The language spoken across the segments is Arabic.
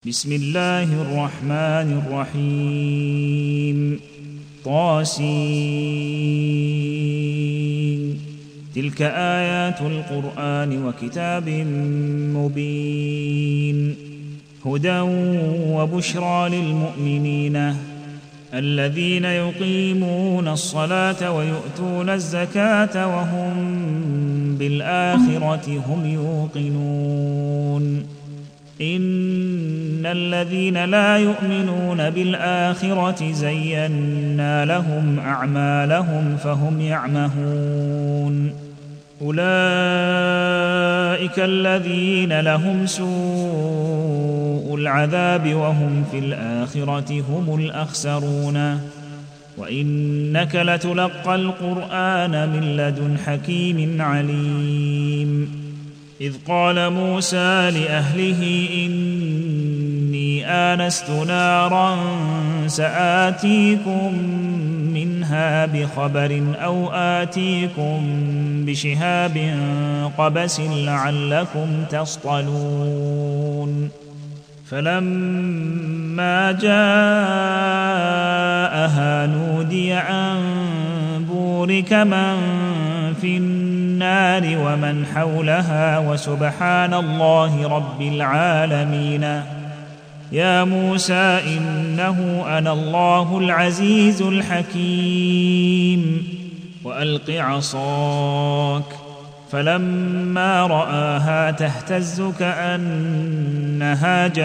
بسم الله الرحمن الرحيم طاسين تلك آيات القرآن وكتاب مبين هدى وبشرى للمؤمنين الذين يقيمون الصلاة ويؤتون الزكاة وهم بالآخرة هم يوقنون إن الذين لا يؤمنون بالآخرة زينا لهم أعمالهم فهم يعمهون أولئك الذين لهم سوء العذاب وهم في الآخرة هم الأخسرون وإنك لتلقى القرآن من لدن حكيم عليم إذ قال موسى لأهله إني آنست نارا سآتيكم منها بخبر أو آتيكم بشهاب قبس لعلكم تصطلون فلما جاءها نودي أن بورك من في النار ومن حولها وسبحان الله رب العالمين يا موسى إنه أنا الله العزيز الحكيم وألق عصاك فلما رآها تهتز كأنها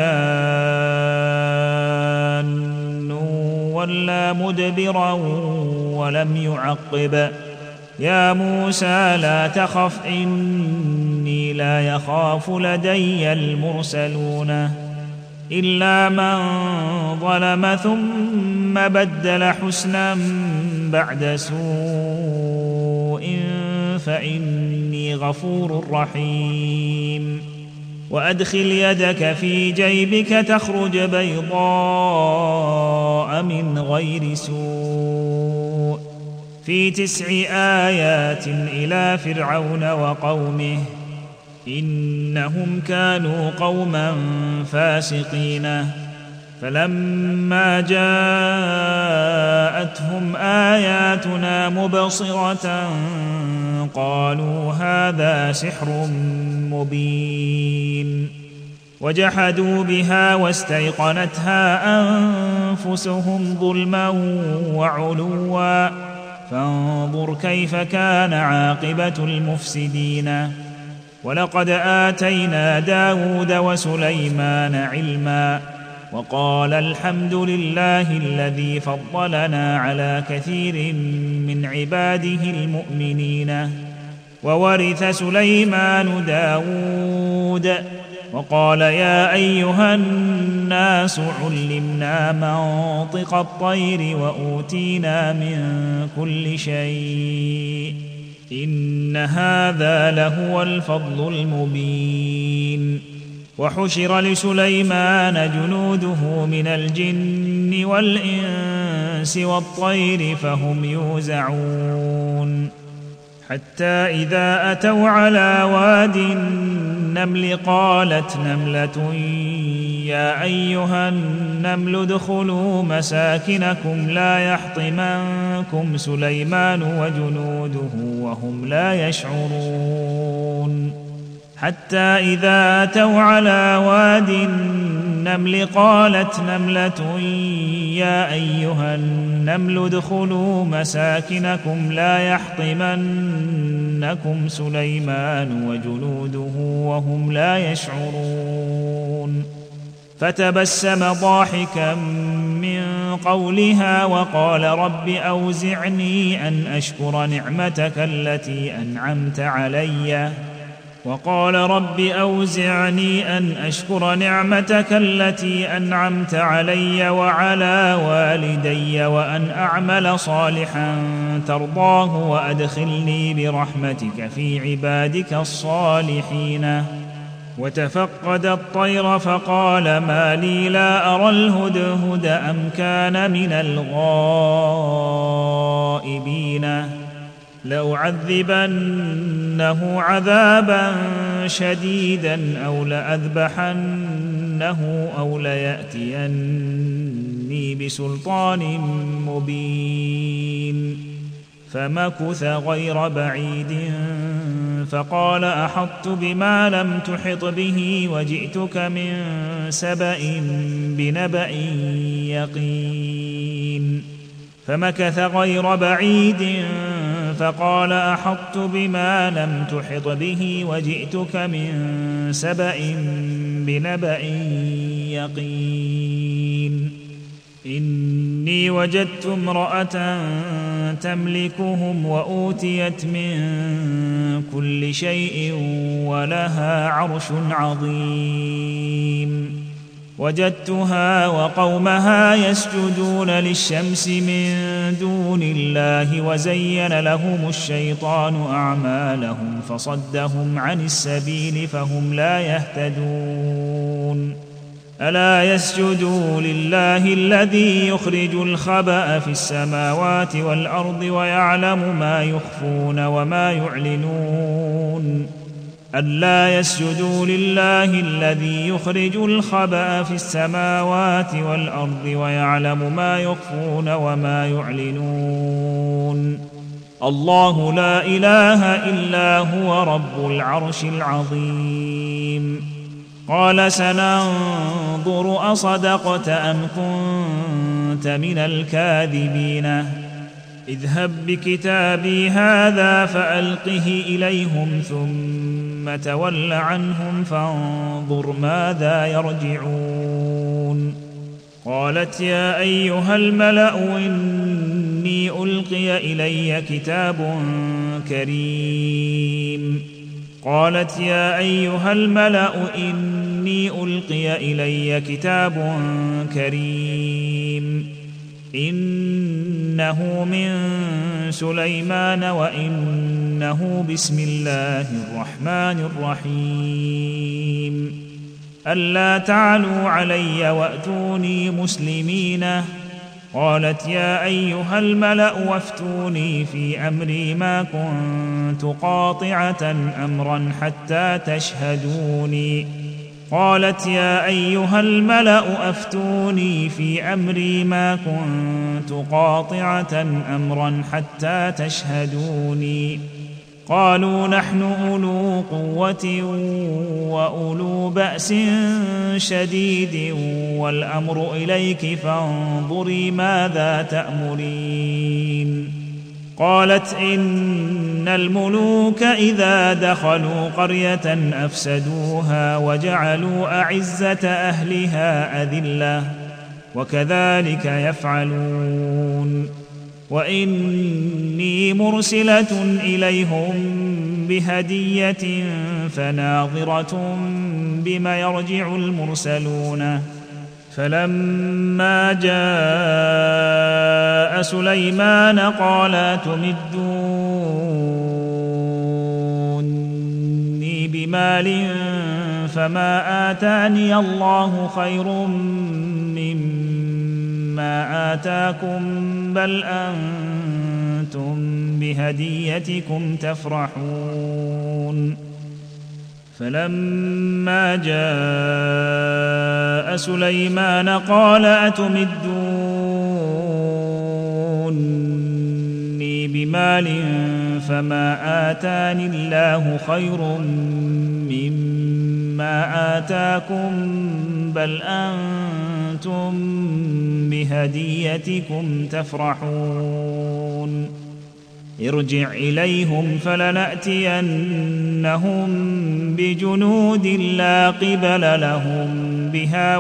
جان ولا مدبرا ولم يعقب يا موسى لا تخف إني لا يخاف لدي المرسلون إلا من ظلم ثم بدل حسنا بعد سوء فإني غفور رحيم وأدخل يدك في جيبك تخرج بيضاء من غير سوء في 9 آيات إلى فرعون وقومه إنهم كانوا قوما فاسقين فلما جاءتهم آياتنا مبصرة قالوا هذا سحر مبين وجحدوا بها واستيقنتها أنفسهم ظلما وعلوا فانظر كيف كان عاقبة المفسدين ولقد آتينا داود وسليمان علما وقال الحمد لله الذي فضلنا على كثير من عباده المؤمنين وورث سليمان داود وقال يا أيها الناس علمنا منطق الطير وأوتينا من كل شيء إن هذا لهو الفضل المبين وحشر لسليمان جنوده من الجن والإنس والطير فهم يوزعون حتى إذا أتوا على واد النمل قالت نملة يا أيها النمل ادخلوا مساكنكم لا يحطمنكم سليمان وجنوده وهم لا يشعرون حتى إذا أتوا على واد النمل قالت نملة يا أيها النمل ادخلوا مساكنكم لا يحطمنكم سليمان وجنوده وهم لا يشعرون فتبسم ضاحكا من قولها وقال رب أوزعني أن أشكر نعمتك التي أنعمت علي وعلى والدي وأن أعمل صالحا ترضاه وأدخلني برحمتك في عبادك الصالحين وتفقد الطير فقال ما لي لا أرى الهدهد أم كان من الغائبين لأعذبنه عذابا شديدا أو لأذبحنه أو ليأتيني بسلطان مبين. فمكث غير بعيد فقال أحطت بما لم تحط به وجئتك من سبأ بنبأ يقين. فمكث غير بعيد فقال أحطت بما لم تحط به وجئتك من سبأ بنبأ يقين. إني وجدت امرأة تملكهم وأوتيت من كل شيء ولها عرش عظيم. وجدتها وقومها يسجدون للشمس من دون الله وزين لهم الشيطان أعمالهم فصدهم عن السبيل فهم لا يهتدون. ألا يسجدوا لله الذي يخرج الخبأ في السماوات والأرض ويعلم ما يخفون وما يعلنون. ألا يسجدوا لله الذي يخرج الخبأ في السماوات والأرض ويعلم ما يخفون وما يعلنون. الله لا إله إلا هو رب العرش العظيم. قال سننظر أصدقت أم كنت من الكاذبين. اذهب بكتابي هذا فألقه إليهم ثم تول عنهم فانظر ماذا يرجعون. قالت يا أيها الملأ إني ألقي إلي كتاب كريم. قالت يا أيها الملأ إني ألقي إلي كتاب كريم إنه من سليمان وإنه بسم الله الرحمن الرحيم. ألا تعلوا علي وأتوني مسلمين. قالت يا أيها الملأ وافتوني في أمري ما كنت قاطعة أمرا حتى تشهدوني. قالت يا أيها الملأ أفتوني في أمري ما كنت قاطعة أمرا حتى تشهدوني. قالوا نحن أولو قوة وأولو بأس شديد والأمر إليك فانظري ماذا تأمرين. قالت إن الملوك إذا دخلوا قرية أفسدوها وجعلوا أعزة أهلها أذلة وكذلك يفعلون. وإني مرسلة إليهم بهدية فناظرة بما يرجع المرسلون. فلما جاء سليمان قال أتمدوني بمال فما آتاني الله خير مما آتاكم بل أنتم بهديتكم تفرحون. فلما جاء سليمان قال أتمدوني بمال فما آتاني الله خير مما آتاكم بل أنتم بهديتكم تفرحون. ارجع إليهم فلنأتينهم بجنود لا قبل لهم بها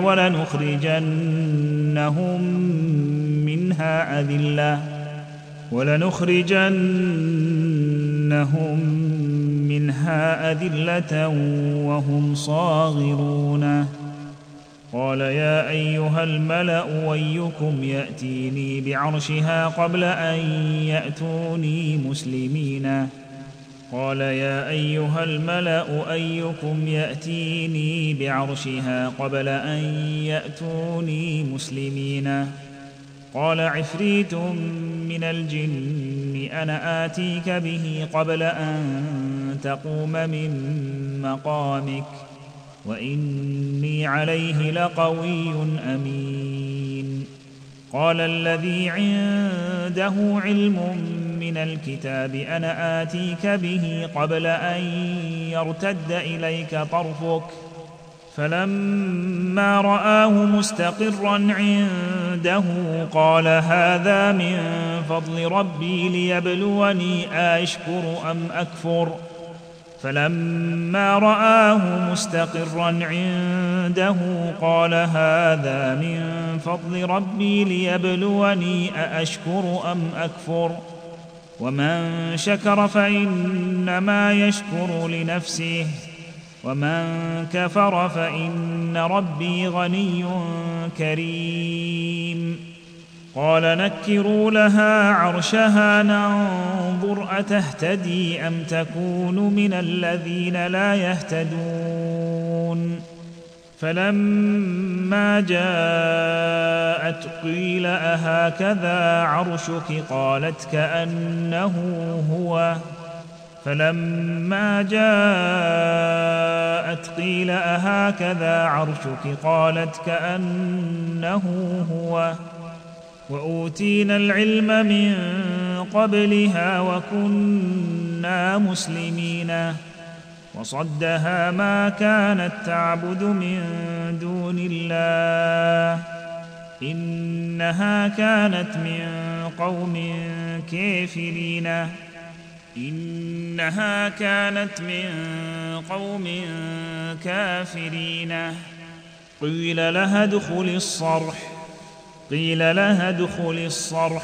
ولنخرجنهم منها أذلة وهم صاغرون. قال يا أيها الملأ أيكم يأتيني بعرشها قبل أن يأتوني مسلمين. قال يا أيها الملأ أيكم يأتيني بعرشها قبل أن يأتوني مسلمين. قال عفريت من الجن أنا آتيك به قبل أن تقوم من مقامك وإني عليه لقوي أمين. قال الذي عنده علم من الكتاب أنا آتيك به قبل أن يرتد إليك طرفك فلما رآه مستقرا عنده قال هذا من فضل ربي ليبلوني أشكر أم أكفر فلما رآه مستقرا عنده قال هذا من فضل ربي ليبلوني أأشكر أم أكفر ومن شكر فإنما يشكر لنفسه ومن كفر فإن ربي غني كريم. قال نكروا لها عرشها ننظر أتهتدي أم تكون من الذين لا يهتدون فلما جاءت قيل أهكذا عرشك قالت كأنه هو فلما جاءت قيل أهكذا عرشك قالت كأنه هو وأوتينا العلم من قبلها وكنا مسلمين وصدها ما كانت تعبد من دون الله إنها كانت من قوم كافرين قيل لها ادخل الصرح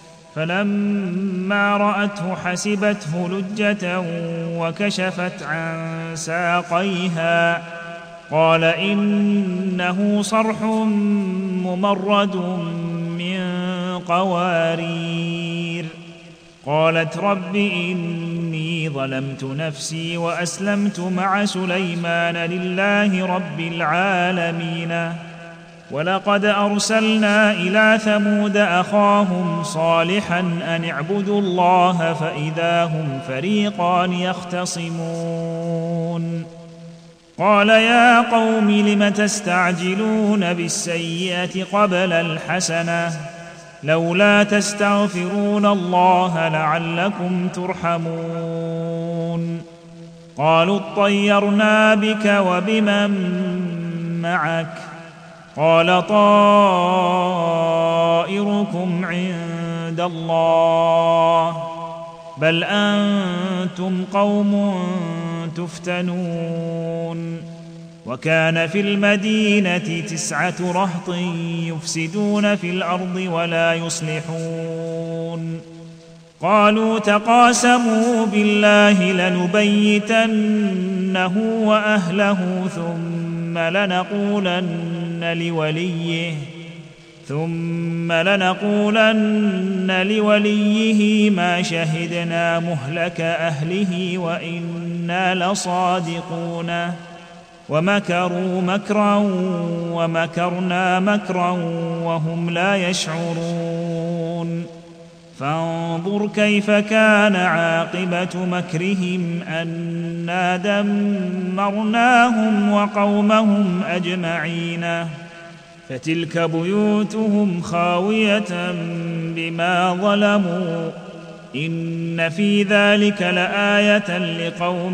فلما رأته حسبته لجة وكشفت عن ساقيها قال إنه صرح ممرد من قوارير قالت رب إني ظلمت نفسي وأسلمت مع سليمان لله رب العالمين ولقد أرسلنا إلى ثمود أخاهم صالحا أن اعبدوا الله فإذا هم فريقان يختصمون قال يا قوم لم تستعجلون بالسيئة قبل الحسنة لولا تستغفرون الله لعلكم ترحمون قالوا اطيرنا بك وبمن معك قال طائركم عند الله بل أنتم قوم تفتنون وكان في المدينة 9 رهط يفسدون في الأرض ولا يصلحون قالوا تقاسموا بالله لنبيتنه وأهله ثم لنقولن لوليه ما شهدنا مهلك أهله وإنا لصادقون ومكروا مكرا ومكرنا مكرا وهم لا يشعرون فانظر كيف كان عاقبة مكرهم أنا دمرناهم وقومهم أجمعين فتلك بيوتهم خاوية بما ظلموا إن في ذلك لآية لقوم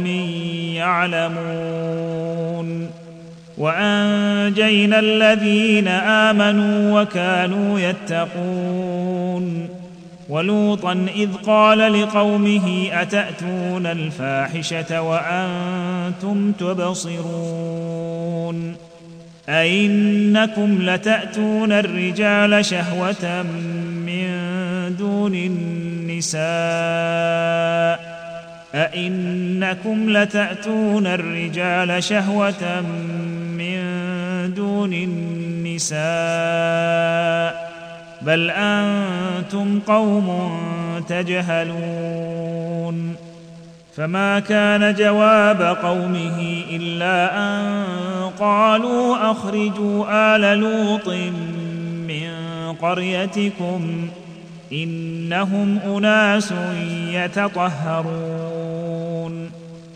يعلمون وأنجينا الذين آمنوا وكانوا يتقون ولوطا إذ قال لقومه أتأتون الفاحشة وأنتم تبصرون أئنكم لتأتون الرجال شهوة من دون النساء بل أنتم قوم تجهلون فما كان جواب قومه إلا أن قالوا أخرجوا آل لوط من قريتكم إنهم أناس يتطهرون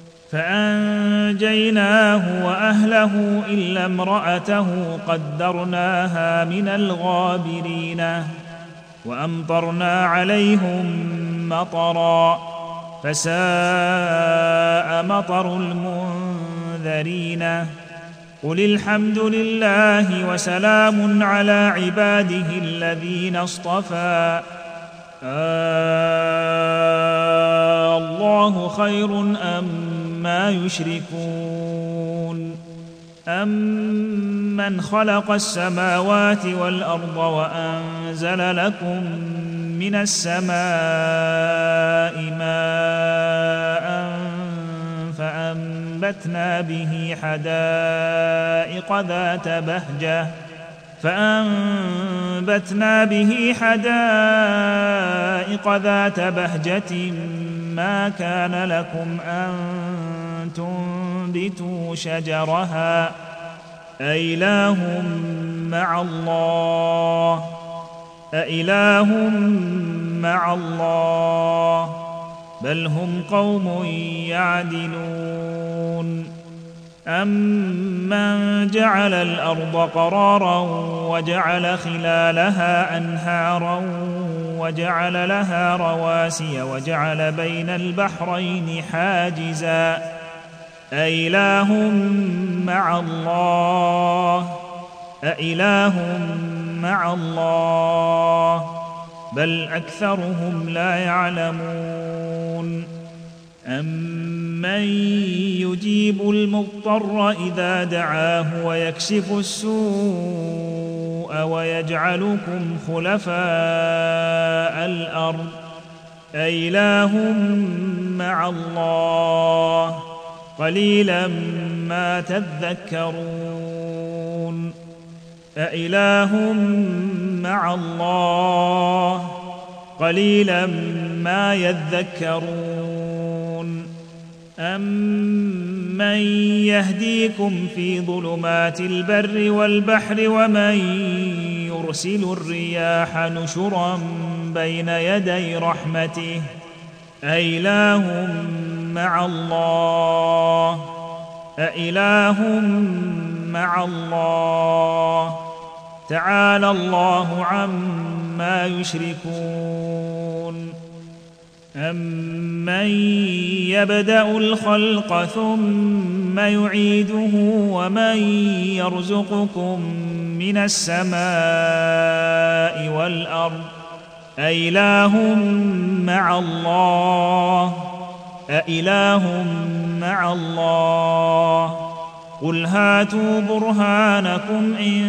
فأنجيناه وأهله إلا امرأته قدرناها من الغابرين وأمطرنا عليهم مطرا فساء مطر المنذرين قل الحمد لله وسلام على عباده الذين اصطفى الله خير أما يشركون أمن خلق السماوات والأرض وأنزل لكم من السماء ماء فأنبتنا به حدائق ذات بهجة ما كان لكم أن تنبتوا شجرها أإله مع الله بل هم قوم يعدلون أمن جعل الأرض قرارا وجعل خلالها أنهارا وجعل لها رواسي وجعل بين البحرين حاجزا أإله مع الله بل أكثرهم لا يعلمون أمن يجيب المضطر إذا دعاه ويكشف السوء ويجعلكم خلفاء الأرض أإله مع الله قليلا ما تذكرون أإله مع الله قليلا ما يذكرون أمن يهديكم في ظلمات البر والبحر ومن يرسل الرياح نشرا بين يدي رحمته أإله مع الله تعالى الله عما يشركون أمن يبدأ الخلق ثم يعيده ومن يرزقكم من السماء والأرض أإله مع الله قل هاتوا برهانكم إن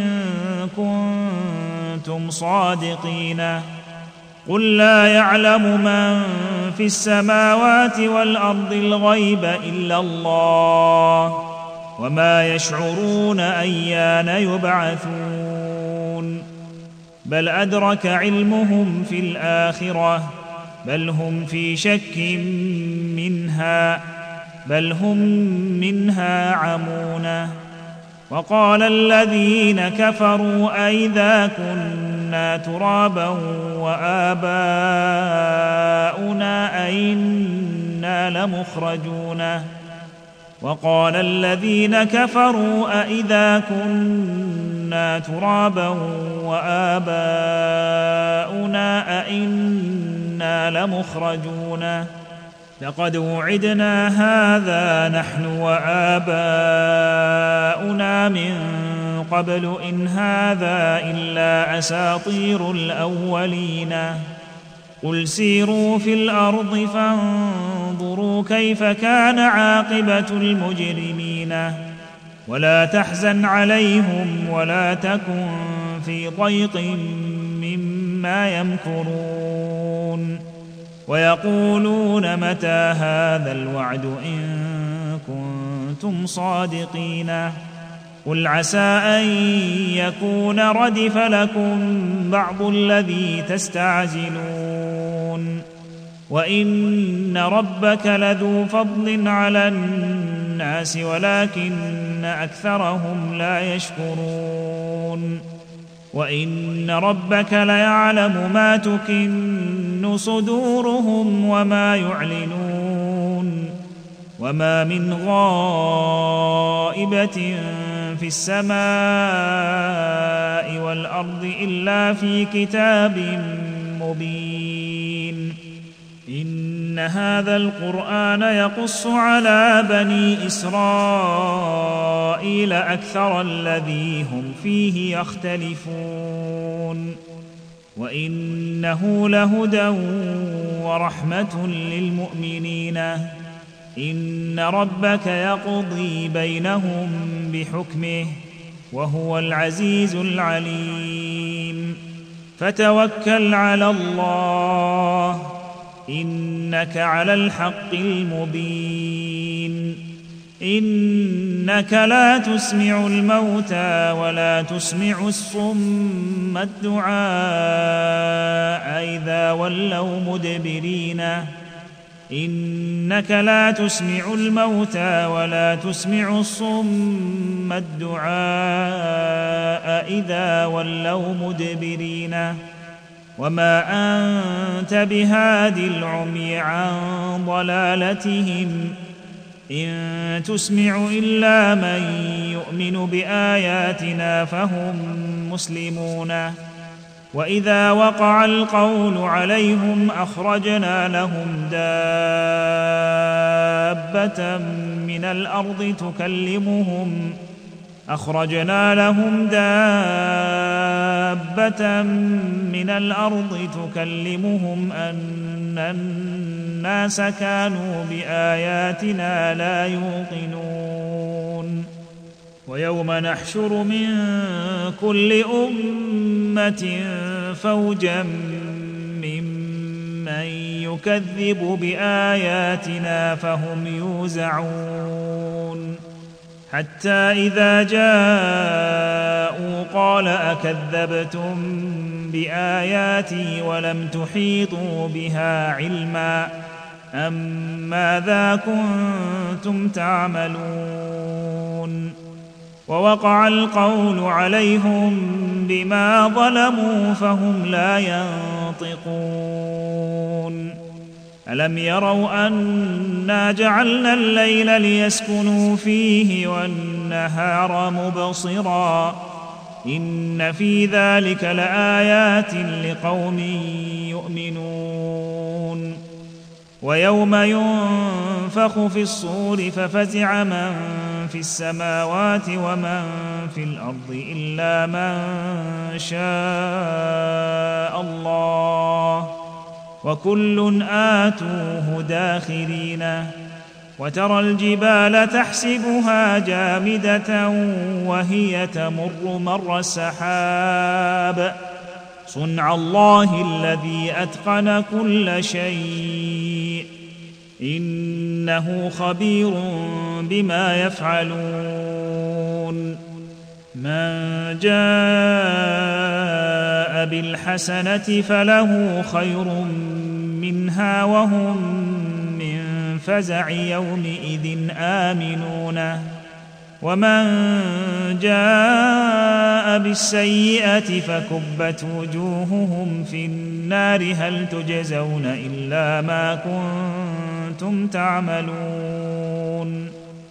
كنتم صادقين قل لا يعلم من في السماوات والأرض الغيب إلا الله وما يشعرون أيان يبعثون بل أدرك علمهم في الآخرة بل هم في شك منها بل هم منها عمون وقال الذين كفروا أئذا كنا ترابا وآباؤنا أئنا لمخرجون وقال الذين كفروا أئذا كنا ترابا وآباؤنا أئنا لمخرجون لقد وعدنا هذا نحن وآباؤنا من قبل إن هذا إلا أساطير الأولين قل سيروا في الأرض فانظروا كيف كان عاقبة المجرمين ولا تحزن عليهم ولا تكن في ضيق مما يمكرون ويقولون متى هذا الوعد إن كنتم صادقين قل عسى أن يكون ردف لكم بعض الذي تستعجلون وإن ربك لذو فضل على الناس ولكن أكثرهم لا يشكرون وإن ربك ليعلم ما تكن صدورهم وما يعلنون وما من غائبة في السماء والأرض إلا في كتاب مبين إن هذا القرآن يقص على بني إسرائيل أكثر الذي هم فيه يختلفون وإنه لهدى ورحمة للمؤمنين إن ربك يقضي بينهم بحكمه وهو العزيز العليم فتوكل على الله إنك على الحق المبين إنك لا تسمع الموتى ولا تسمع الصم الدعاء إذا ولوا مدبرين إنك لا تسمع الموتى ولا تسمع الصم الدعاء إذا ولوا مدبرين وما أنت بهاد العمي عن ضلالتهم إن تسمع إلا من يؤمن بآياتنا فهم مسلمون وإذا وقع القول عليهم أخرجنا لهم دابة من الأرض تكلمهم أن الناس كانوا بآياتنا لا يوقنون ويوم نحشر من كل أمة فوجا ممن يكذب بآياتنا فهم يوزعون حتى إذا جاءوا قال أكذبتم بآياتي ولم تحيطوا بها علما أم ماذا كنتم تعملون ووقع القول عليهم بما ظلموا فهم لا ينطقون ألم يروا أنا جعلنا الليل ليسكنوا فيه والنهار مبصرا إن في ذلك لآيات لقوم يؤمنون ويوم ينفخ في الصور ففزع من في السماوات ومن في الأرض إلا من شاء الله وكل آتوه داخرين وترى الجبال تحسبها جامدة وهي تمر مر السحاب صنع الله الذي أتقن كل شيء إنه خبير بما يفعلون من جاء بالحسنة فله خير منها وهم من فزع يومئذ آمنون ومن جاء بالسيئة فكبت وجوههم في النار هل تجزون إلا ما كنتم تعملون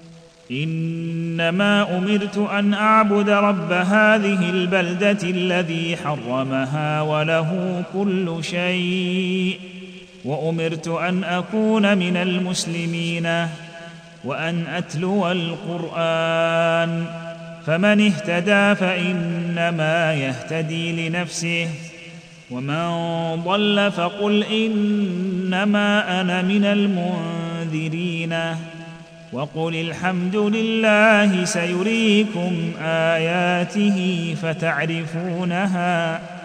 إنما أمرت أن أعبد رب هذه البلدة الذي حرمها وله كل شيء وأمرت أن أكون من المسلمين وأن أتلو القرآن فمن اهتدى فإنما يهتدي لنفسه ومن ضل فقل إنما أنا من المنذرين وقل الحمد لله سيريكم آياته فتعرفونها